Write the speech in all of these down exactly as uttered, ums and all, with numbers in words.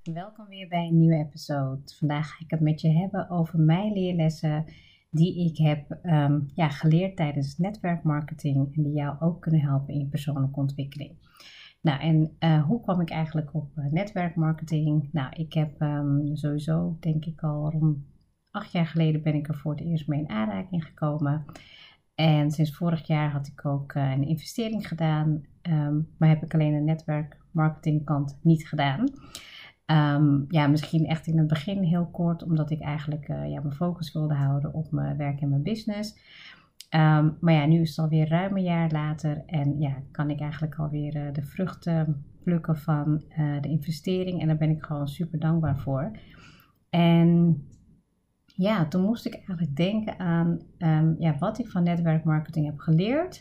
Welkom weer bij een nieuwe episode. Vandaag ga ik het met je hebben over mijn leerlessen die ik heb um, ja, geleerd tijdens netwerkmarketing en die jou ook kunnen helpen in je persoonlijke ontwikkeling. Nou, en uh, hoe kwam ik eigenlijk op uh, netwerkmarketing? Nou, ik heb um, sowieso, denk ik al rond acht jaar geleden ben ik er voor het eerst mee in aanraking gekomen. En sinds vorig jaar had ik ook uh, een investering gedaan, um, maar heb ik alleen de netwerkmarketingkant niet gedaan. Um, ja, misschien echt in het begin heel kort, omdat ik eigenlijk uh, ja, mijn focus wilde houden op mijn werk en mijn business. Um, maar ja, nu is het alweer ruim een jaar later en ja, kan ik eigenlijk alweer uh, de vruchten plukken van uh, de investering. En daar ben ik gewoon super dankbaar voor. En ja, toen moest ik eigenlijk denken aan um, ja, wat ik van netwerkmarketing heb geleerd.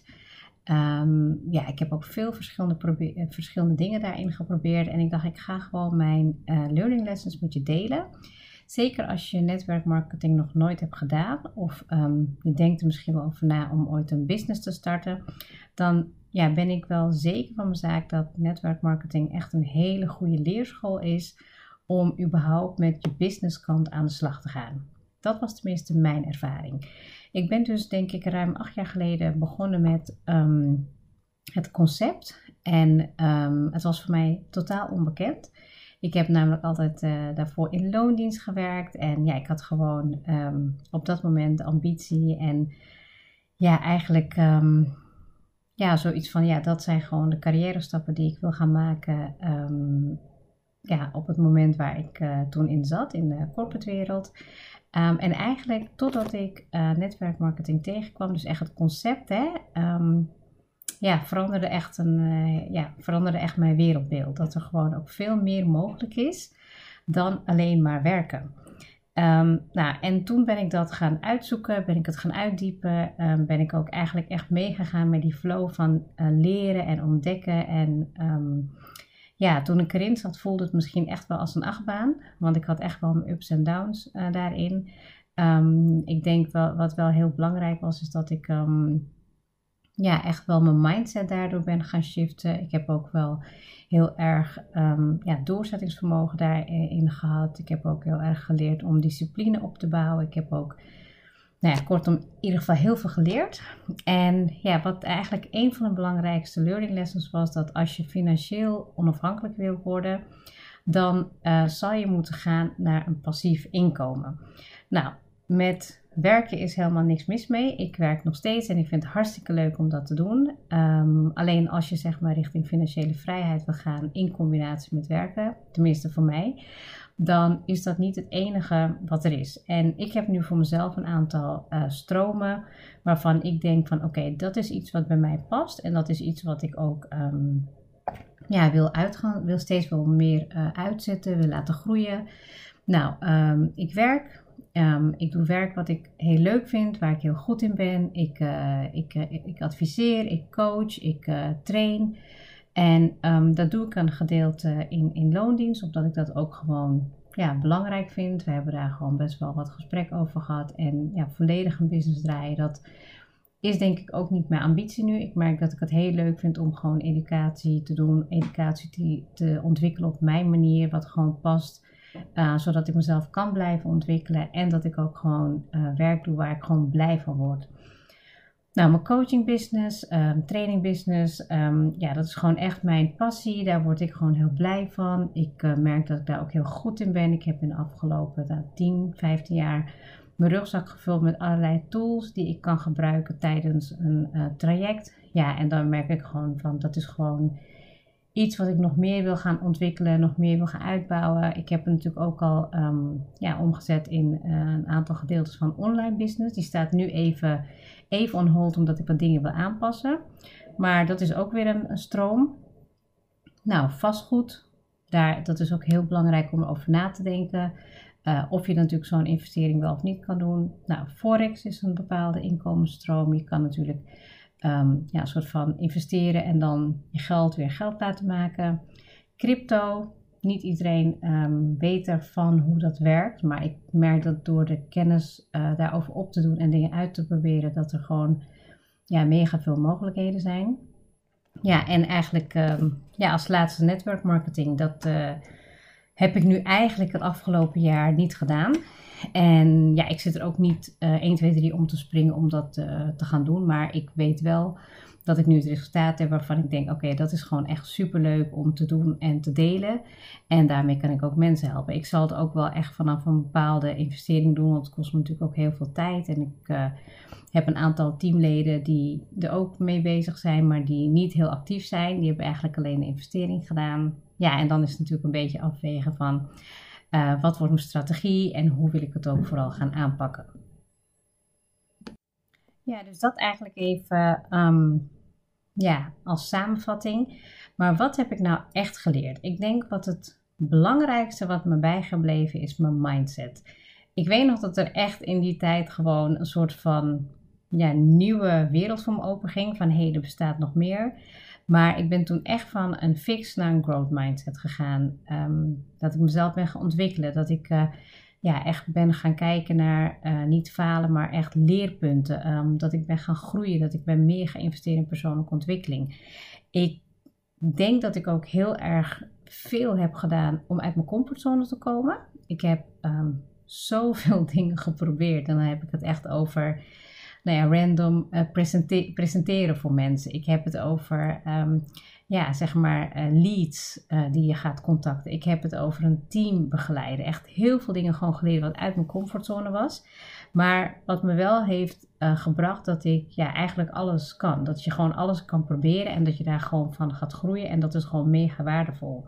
Um, ja, ik heb ook veel verschillende, probe- verschillende dingen daarin geprobeerd. En ik dacht, ik ga gewoon mijn uh, learning lessons met je delen. Zeker als je netwerkmarketing nog nooit hebt gedaan. Of um, je denkt er misschien wel over na om ooit een business te starten. Dan ja, ben ik wel zeker van mijn zaak dat netwerkmarketing echt een hele goede leerschool is. Om überhaupt met je businesskant aan de slag te gaan. Dat was tenminste mijn ervaring. Ik ben dus denk ik ruim acht jaar geleden begonnen met um, het concept. En um, het was voor mij totaal onbekend. Ik heb namelijk altijd uh, daarvoor in loondienst gewerkt. En ja, ik had gewoon um, op dat moment de ambitie. En ja, eigenlijk um, ja, zoiets van, ja, dat zijn gewoon de carrière stappen die ik wil gaan maken. Um, ja, op het moment waar ik uh, toen in zat, in de corporate wereld. Um, en eigenlijk totdat ik uh, netwerkmarketing tegenkwam, dus echt het concept, hè, um, ja, veranderde echt, een, uh, ja, veranderde echt mijn wereldbeeld. Dat er gewoon ook veel meer mogelijk is dan alleen maar werken. Um, nou, en toen ben ik dat gaan uitzoeken, ben ik het gaan uitdiepen, um, ben ik ook eigenlijk echt meegegaan met die flow van uh, leren en ontdekken en... Um, Ja, toen ik erin zat voelde het misschien echt wel als een achtbaan. Want ik had echt wel mijn ups en downs uh, daarin. Um, ik denk wel, wat wel heel belangrijk was, is dat ik um, ja, echt wel mijn mindset daardoor ben gaan shiften. Ik heb ook wel heel erg um, ja, doorzettingsvermogen daarin gehad. Ik heb ook heel erg geleerd om discipline op te bouwen. Ik heb ook... Nou ja, kortom, in ieder geval heel veel geleerd. En ja, wat eigenlijk een van de belangrijkste learning lessons was, dat als je financieel onafhankelijk wil worden, dan uh, zal je moeten gaan naar een passief inkomen. Nou, met werken is helemaal niks mis mee. Ik werk nog steeds en ik vind het hartstikke leuk om dat te doen. Um, alleen als je zeg maar richting financiële vrijheid wil gaan in combinatie met werken, tenminste voor mij, dan is dat niet het enige wat er is. En ik heb nu voor mezelf een aantal uh, stromen waarvan ik denk van oké, okay, dat is iets wat bij mij past. En dat is iets wat ik ook um, ja, wil uitgaan, wil steeds wel meer uh, uitzetten, wil laten groeien. Nou, um, ik werk. Um, ik doe werk wat ik heel leuk vind, waar ik heel goed in ben. Ik, uh, ik, uh, ik adviseer, ik coach, ik uh, train. En um, dat doe ik een gedeelte in, in loondienst, omdat ik dat ook gewoon ja, belangrijk vind. We hebben daar gewoon best wel wat gesprek over gehad. En ja, volledig een business draaien, dat is denk ik ook niet mijn ambitie nu. Ik merk dat ik het heel leuk vind om gewoon educatie te doen, educatie te, te ontwikkelen op mijn manier, wat gewoon past. Uh, zodat ik mezelf kan blijven ontwikkelen en dat ik ook gewoon uh, werk doe waar ik gewoon blij van word. Nou, mijn coaching business, um, training business, um, ja, dat is gewoon echt mijn passie. Daar word ik gewoon heel blij van. Ik uh, merk dat ik daar ook heel goed in ben. Ik heb in de afgelopen nou, tien, vijftien jaar mijn rugzak gevuld met allerlei tools die ik kan gebruiken tijdens een uh, traject. Ja, en dan merk ik gewoon van, dat is gewoon iets wat ik nog meer wil gaan ontwikkelen, nog meer wil gaan uitbouwen. Ik heb het natuurlijk ook al um, ja, omgezet in uh, een aantal gedeeltes van online business. Die staat nu even, even on hold, omdat ik wat dingen wil aanpassen. Maar dat is ook weer een, een stroom. Nou, vastgoed. Daar, dat is ook heel belangrijk om erover na te denken. Uh, of je natuurlijk zo'n investering wel of niet kan doen. Nou, Forex is een bepaalde inkomensstroom. Je kan natuurlijk Um, ja, een soort van investeren en dan je geld weer geld laten maken. Crypto, niet iedereen um, weet ervan hoe dat werkt, maar ik merk dat door de kennis uh, daarover op te doen en dingen uit te proberen, dat er gewoon ja, mega veel mogelijkheden zijn. Ja, en eigenlijk um, ja, als laatste netwerkmarketing, dat... Uh, heb ik nu eigenlijk het afgelopen jaar niet gedaan. En ja, ik zit er ook niet uh, één, twee, drie om te springen om dat uh, te gaan doen. Maar ik weet wel dat ik nu het resultaat heb waarvan ik denk, oké, okay, dat is gewoon echt superleuk om te doen en te delen. En daarmee kan ik ook mensen helpen. Ik zal het ook wel echt vanaf een bepaalde investering doen, want het kost me natuurlijk ook heel veel tijd. En ik uh, heb een aantal teamleden die er ook mee bezig zijn, maar die niet heel actief zijn. Die hebben eigenlijk alleen een investering gedaan. Ja, en dan is het natuurlijk een beetje afwegen van uh, wat wordt mijn strategie en hoe wil ik het ook vooral gaan aanpakken. Ja, dus dat eigenlijk even um, ja, als samenvatting. Maar wat heb ik nou echt geleerd? Ik denk wat het belangrijkste wat me bijgebleven is mijn mindset. Ik weet nog dat er echt in die tijd gewoon een soort van ja, nieuwe wereld voor me open ging. Van hé, hey, er bestaat nog meer. Maar ik ben toen echt van een fix naar een growth mindset gegaan. Um, dat ik mezelf ben gaan ontwikkelen. Dat ik uh, ja, echt ben gaan kijken naar uh, niet falen, maar echt leerpunten. Um, dat ik ben gaan groeien. Dat ik ben meer gaan investeren in persoonlijke ontwikkeling. Ik denk dat ik ook heel erg veel heb gedaan om uit mijn comfortzone te komen. Ik heb um, zoveel dingen geprobeerd. En dan heb ik het echt over nou ja, random uh, presente- presenteren voor mensen. Ik heb het over um, ja, zeg maar uh, leads uh, die je gaat contacten. Ik heb het over een team begeleiden. Echt heel veel dingen gewoon geleerd wat uit mijn comfortzone was. Maar wat me wel heeft uh, gebracht dat ik ja, eigenlijk alles kan. Dat je gewoon alles kan proberen en dat je daar gewoon van gaat groeien. En dat is gewoon mega waardevol.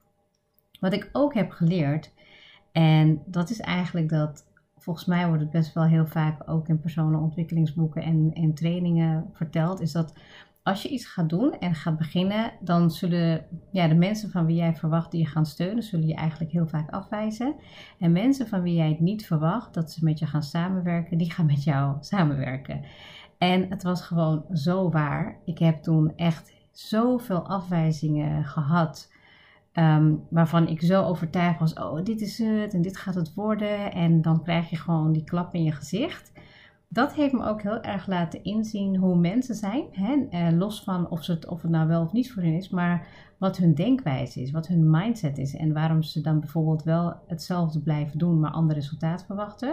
Wat ik ook heb geleerd, en dat is eigenlijk dat, volgens mij wordt het best wel heel vaak ook in persoonlijke ontwikkelingsboeken en, en trainingen verteld, is dat als je iets gaat doen en gaat beginnen, dan zullen ja, de mensen van wie jij verwacht die je gaan steunen, zullen je eigenlijk heel vaak afwijzen. En mensen van wie jij het niet verwacht dat ze met je gaan samenwerken, die gaan met jou samenwerken. En het was gewoon zo waar. Ik heb toen echt zoveel afwijzingen gehad. Um, waarvan ik zo overtuigd was, oh dit is het en dit gaat het worden. En dan krijg je gewoon die klap in je gezicht. Dat heeft me ook heel erg laten inzien hoe mensen zijn. Hè? Uh, los van of, ze het, of het nou wel of niet voor hen is, maar wat hun denkwijze is, wat hun mindset is. En waarom ze dan bijvoorbeeld wel hetzelfde blijven doen, maar ander resultaat verwachten.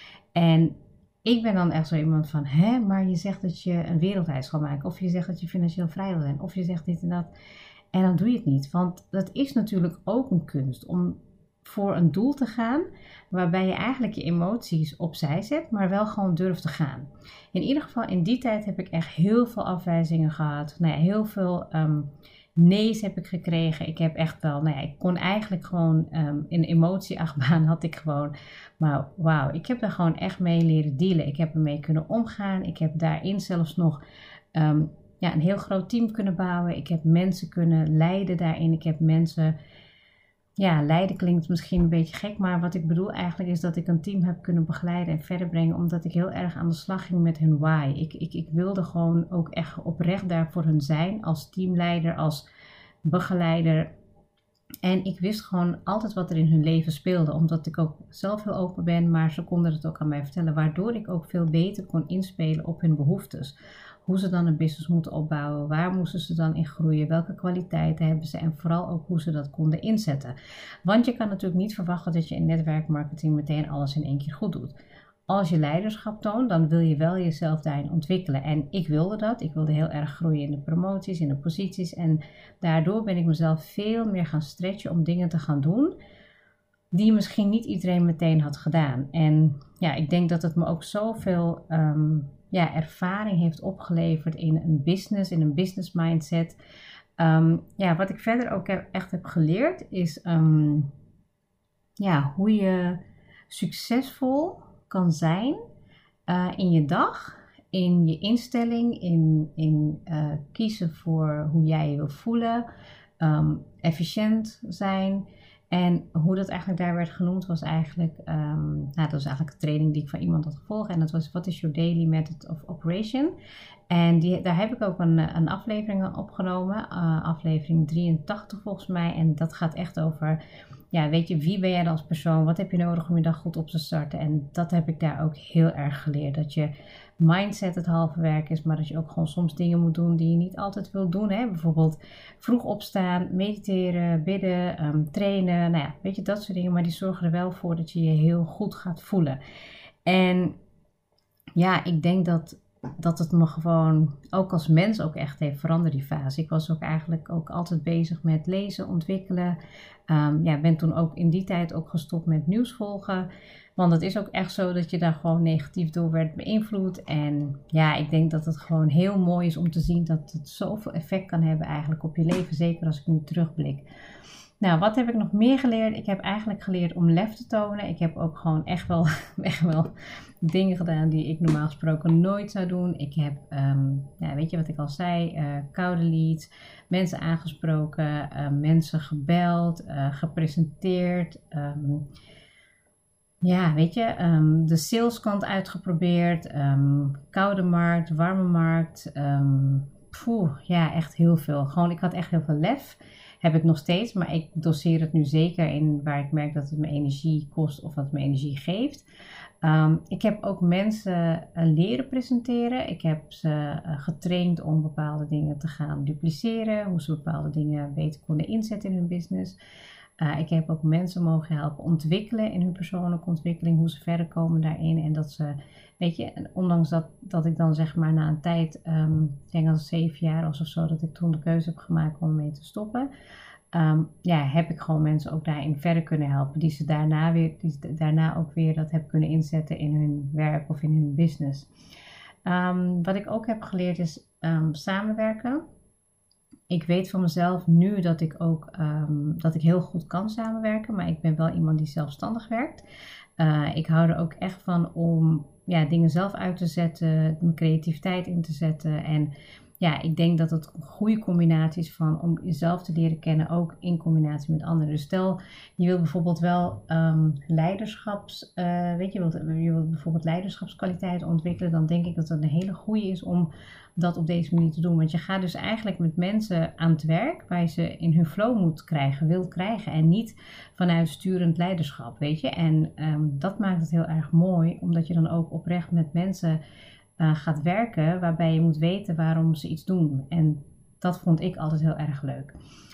En ik ben dan echt zo iemand van, hè, maar je zegt dat je een wereldreis gaat maken. Of je zegt dat je financieel vrij wil zijn. Of je zegt dit en dat. En dan doe je het niet, want dat is natuurlijk ook een kunst om voor een doel te gaan waarbij je eigenlijk je emoties opzij zet, maar wel gewoon durft te gaan. In ieder geval in die tijd heb ik echt heel veel afwijzingen gehad, nou ja, heel veel um, nee's heb ik gekregen. Ik heb echt wel, nou ja, ik kon eigenlijk gewoon um, in emotieachtbaan had ik gewoon, maar wauw, ik heb daar gewoon echt mee leren dealen. Ik heb ermee kunnen omgaan, ik heb daarin zelfs nog Um, Ja, een heel groot team kunnen bouwen. Ik heb mensen kunnen leiden daarin. Ik heb mensen, ja, leiden klinkt misschien een beetje gek, maar wat ik bedoel eigenlijk is dat ik een team heb kunnen begeleiden en verder brengen, omdat ik heel erg aan de slag ging met hun why. Ik, ik, ik wilde gewoon ook echt oprecht daar voor hun zijn, als teamleider, als begeleider. En ik wist gewoon altijd wat er in hun leven speelde, omdat ik ook zelf heel open ben, maar ze konden het ook aan mij vertellen, waardoor ik ook veel beter kon inspelen op hun behoeftes. Hoe ze dan een business moeten opbouwen, waar moesten ze dan in groeien, welke kwaliteiten hebben ze en vooral ook hoe ze dat konden inzetten. Want je kan natuurlijk niet verwachten dat je in netwerkmarketing meteen alles in één keer goed doet. Als je leiderschap toont, dan wil je wel jezelf daarin ontwikkelen. En ik wilde dat. Ik wilde heel erg groeien in de promoties, in de posities. En daardoor ben ik mezelf veel meer gaan stretchen om dingen te gaan doen die misschien niet iedereen meteen had gedaan. En ja, ik denk dat het me ook zoveel um, ja, ervaring heeft opgeleverd in een business, in een business mindset. Um, ja, wat ik verder ook heb, echt heb geleerd is um, ja, hoe je succesvol kan zijn uh, in je dag, in je instelling, in, in uh, kiezen voor hoe jij je wil voelen, um, efficiënt zijn. En hoe dat eigenlijk daar werd genoemd was eigenlijk, um, nou, dat was eigenlijk een training die ik van iemand had gevolgd. En dat was What is your daily method of operation? En die, daar heb ik ook een, een aflevering opgenomen, uh, aflevering drieëntachtig volgens mij. En dat gaat echt over ja, weet je, wie ben jij dan als persoon? Wat heb je nodig om je dag goed op te starten? En dat heb ik daar ook heel erg geleerd. Dat je mindset het halve werk is, maar dat je ook gewoon soms dingen moet doen die je niet altijd wil doen. Hè? Bijvoorbeeld vroeg opstaan, mediteren, bidden, um, trainen. Nou ja, weet je, dat soort dingen. Maar die zorgen er wel voor dat je je heel goed gaat voelen. En ja, ik denk dat, dat het me gewoon ook als mens ook echt heeft veranderd, die fase. Ik was ook eigenlijk ook altijd bezig met lezen, ontwikkelen. Um, ja, ben toen ook in die tijd ook gestopt met nieuws volgen. Want het is ook echt zo dat je daar gewoon negatief door werd beïnvloed. En ja, ik denk dat het gewoon heel mooi is om te zien dat het zoveel effect kan hebben eigenlijk op je leven. Zeker als ik nu terugblik. Nou, wat heb ik nog meer geleerd? Ik heb eigenlijk geleerd om lef te tonen. Ik heb ook gewoon echt wel, echt wel dingen gedaan die ik normaal gesproken nooit zou doen. Ik heb, um, ja, weet je wat ik al zei, uh, koude leads, mensen aangesproken, uh, mensen gebeld, uh, gepresenteerd. Um, ja, weet je, um, de saleskant uitgeprobeerd, um, koude markt, warme markt. Um, poeh, ja, echt heel veel. Gewoon, ik had echt heel veel lef. Heb ik nog steeds, maar ik doseer het nu zeker in waar ik merk dat het me energie kost of wat me energie geeft. Um, ik heb ook mensen uh, leren presenteren. Ik heb ze uh, getraind om bepaalde dingen te gaan dupliceren, hoe ze bepaalde dingen beter konden inzetten in hun business. Uh, ik heb ook mensen mogen helpen ontwikkelen in hun persoonlijke ontwikkeling, hoe ze verder komen daarin. En dat ze, weet je, ondanks dat, dat ik dan zeg maar na een tijd, um, ik denk dat het zeven jaar was of zo, dat ik toen de keuze heb gemaakt om mee te stoppen. Um, ja, heb ik gewoon mensen ook daarin verder kunnen helpen. Die ze daarna, weer, die daarna ook weer dat heb kunnen inzetten in hun werk of in hun business. Um, wat ik ook heb geleerd is um, samenwerken. Ik weet van mezelf nu dat ik ook um, dat ik heel goed kan samenwerken, maar ik ben wel iemand die zelfstandig werkt. Uh, ik hou er ook echt van om ja, dingen zelf uit te zetten, mijn creativiteit in te zetten. En ja, ik denk dat het een goede combinatie is van om jezelf te leren kennen, ook in combinatie met anderen. Dus stel, je wilt bijvoorbeeld wel um, leiderschaps, uh, weet je, wilt, je wilt bijvoorbeeld leiderschapskwaliteiten ontwikkelen, dan denk ik dat het een hele goede is om dat op deze manier te doen. Want je gaat dus eigenlijk met mensen aan het werk waar je ze in hun flow moet krijgen, wilt krijgen. En niet vanuit sturend leiderschap, weet je. En um, dat maakt het heel erg mooi, omdat je dan ook oprecht met mensen uh, gaat werken, waarbij je moet weten waarom ze iets doen. En dat vond ik altijd heel erg leuk.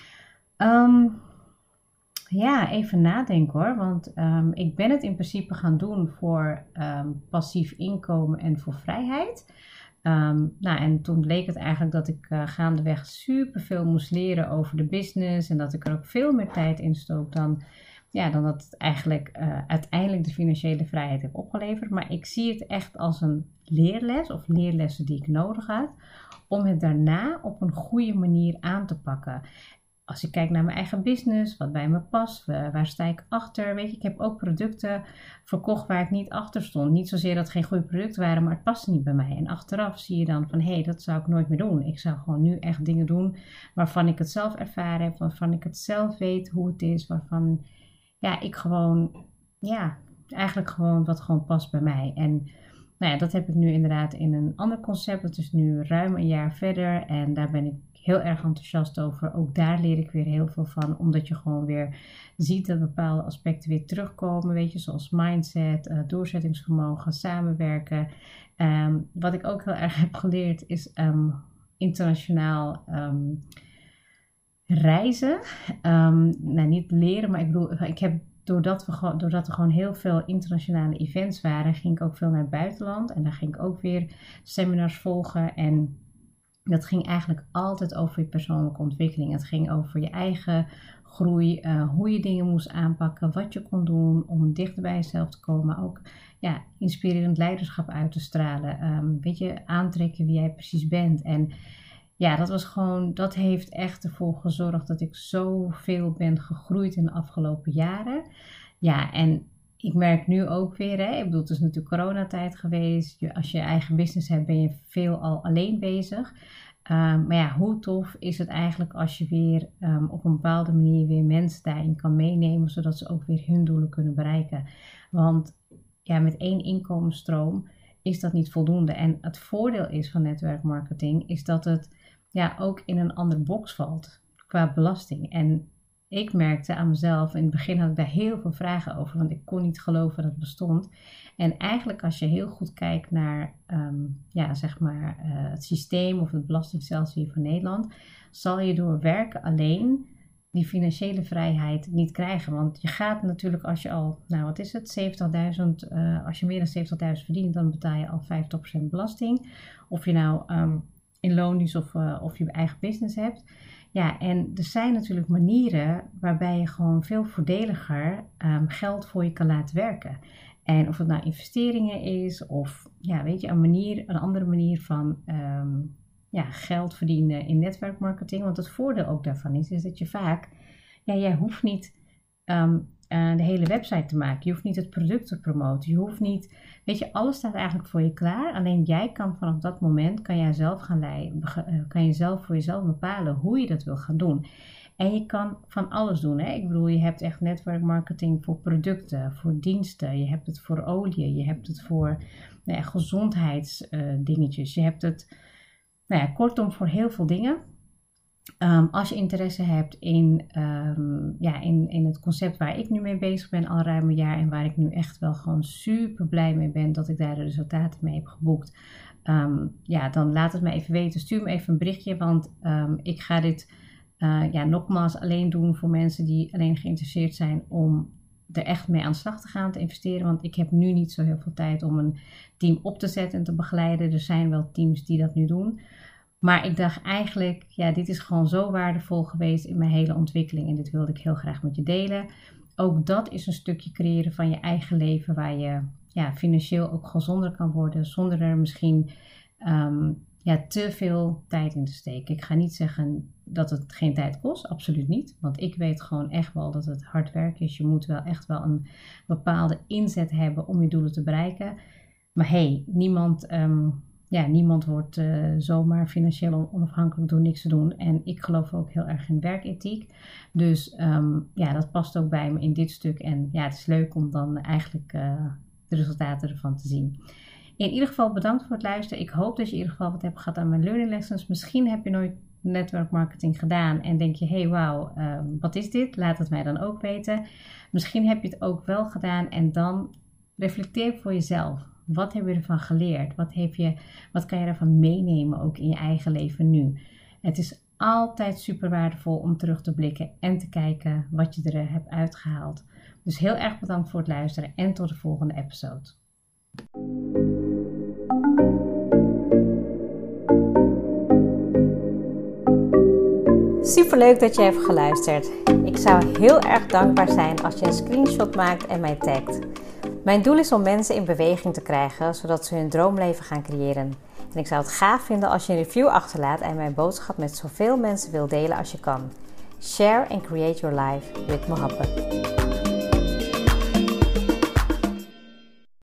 Um, ja, even nadenken hoor. Want um, ik ben het in principe gaan doen voor um, passief inkomen en voor vrijheid. Um, nou, en toen bleek het eigenlijk dat ik uh, gaandeweg superveel moest leren over de business. En dat ik er ook veel meer tijd in stook dan, ja, dan dat het eigenlijk uh, uiteindelijk de financiële vrijheid heeft opgeleverd. Maar ik zie het echt als een leerles of leerlessen die ik nodig had om het daarna op een goede manier aan te pakken. Als ik kijk naar mijn eigen business, wat bij me past, waar sta ik achter? Weet je, ik heb ook producten verkocht waar ik niet achter stond. Niet zozeer dat het geen goede producten waren, maar het paste niet bij mij. En achteraf zie je dan van, hé, hey, dat zou ik nooit meer doen. Ik zou gewoon nu echt dingen doen waarvan ik het zelf ervaren heb, waarvan ik het zelf weet hoe het is, waarvan ja, ik gewoon, ja, eigenlijk gewoon wat gewoon past bij mij. En nou ja, dat heb ik nu inderdaad in een ander concept. Dat is nu ruim een jaar verder en daar ben ik heel erg enthousiast over. Ook daar leer ik weer heel veel van. Omdat je gewoon weer ziet dat bepaalde aspecten weer terugkomen. Weet je, zoals mindset, uh, doorzettingsvermogen, samenwerken. Um, wat ik ook heel erg heb geleerd is um, internationaal um, reizen. Um, nou, niet leren, maar ik bedoel, ik heb Doordat, we, doordat er gewoon heel veel internationale events waren, ging ik ook veel naar het buitenland. En daar ging ik ook weer seminars volgen. En dat ging eigenlijk altijd over je persoonlijke ontwikkeling. Het ging over je eigen groei, uh, hoe je dingen moest aanpakken, wat je kon doen om dichter bij jezelf te komen. Maar ook ja, inspirerend leiderschap uit te stralen. Um, weet je, aantrekken wie jij precies bent. En ja, dat was gewoon, dat heeft echt ervoor gezorgd dat ik zoveel ben gegroeid in de afgelopen jaren. Ja, en ik merk nu ook weer, hè, ik bedoel, het is natuurlijk coronatijd geweest. Je, als je eigen business hebt, ben je veel al alleen bezig. Um, maar ja, hoe tof is het eigenlijk als je weer um, op een bepaalde manier weer mensen daarin kan meenemen, zodat ze ook weer hun doelen kunnen bereiken. Want ja, met één inkomensstroom is dat niet voldoende. En het voordeel is van netwerkmarketing is dat het ja, ook in een andere box valt qua belasting. En ik merkte aan mezelf, in het begin had ik daar heel veel vragen over, want ik kon niet geloven dat het bestond. En eigenlijk als je heel goed kijkt naar um, ja, zeg maar, uh, het systeem of het belastingstelsel hier van Nederland, zal je door werken alleen die financiële vrijheid niet krijgen. Want je gaat natuurlijk als je al, nou wat is het, zeventigduizend, uh, als je meer dan zeventigduizend verdient, dan betaal je al vijftig procent belasting. Of je nou um, in loondienst of, uh, of je eigen business hebt. Ja, en er zijn natuurlijk manieren waarbij je gewoon veel voordeliger um, geld voor je kan laten werken. En of het nou investeringen is of ja, weet je, een manier, een andere manier van um, ja, geld verdienen in netwerkmarketing. Want het voordeel ook daarvan is, is dat je vaak, ja, jij hoeft niet um, uh, de hele website te maken. Je hoeft niet het product te promoten. Je hoeft niet, weet je, alles staat eigenlijk voor je klaar. Alleen jij kan vanaf dat moment, kan jij zelf gaan leiden, kan je zelf voor jezelf bepalen hoe je dat wil gaan doen. En je kan van alles doen. Hè? Ik bedoel, je hebt echt netwerkmarketing voor producten, voor diensten. Je hebt het voor olie. Je hebt het voor nou ja, gezondheidsdingetjes. Uh, je hebt het, nou ja, kortom, voor heel veel dingen. Um, als je interesse hebt in, um, ja, in, in het concept waar ik nu mee bezig ben al ruim een jaar. En waar ik nu echt wel gewoon super blij mee ben dat ik daar de resultaten mee heb geboekt. Um, ja, dan laat het me even weten. Stuur me even een berichtje, want um, ik ga dit... Uh, ja, nogmaals alleen doen voor mensen die alleen geïnteresseerd zijn om er echt mee aan de slag te gaan, te investeren. Want ik heb nu niet zo heel veel tijd om een team op te zetten en te begeleiden. Er zijn wel teams die dat nu doen. Maar ik dacht eigenlijk, ja, dit is gewoon zo waardevol geweest in mijn hele ontwikkeling. En dit wilde ik heel graag met je delen. Ook dat is een stukje creëren van je eigen leven waar je ja, financieel ook gezonder kan worden. Zonder er misschien um, ja, te veel tijd in te steken. Ik ga niet zeggen dat het geen tijd kost, absoluut niet. Want ik weet gewoon echt wel dat het hard werk is. Je moet wel echt wel een bepaalde inzet hebben om je doelen te bereiken. Maar hey, niemand, um, ja, niemand wordt uh, zomaar financieel onafhankelijk door niks te doen. En ik geloof ook heel erg in werkethiek. Dus um, ja, dat past ook bij me in dit stuk. En ja, het is leuk om dan eigenlijk uh, de resultaten ervan te zien. In ieder geval bedankt voor het luisteren. Ik hoop dat je in ieder geval wat hebt gehad aan mijn learning lessons. Misschien heb je nooit netwerkmarketing gedaan en denk je, hey wauw, uh, wat is dit? Laat het mij dan ook weten. Misschien heb je het ook wel gedaan en dan reflecteer voor jezelf. Wat heb je ervan geleerd? Wat, heb je, wat kan je ervan meenemen ook in je eigen leven nu? Het is altijd super waardevol om terug te blikken en te kijken wat je er hebt uitgehaald. Dus heel erg bedankt voor het luisteren en tot de volgende episode. Superleuk dat je hebt geluisterd. Ik zou heel erg dankbaar zijn als je een screenshot maakt en mij tagt. Mijn doel is om mensen in beweging te krijgen, zodat ze hun droomleven gaan creëren. En ik zou het gaaf vinden als je een review achterlaat en mijn boodschap met zoveel mensen wil delen als je kan. Share and create your life with Mohabbat.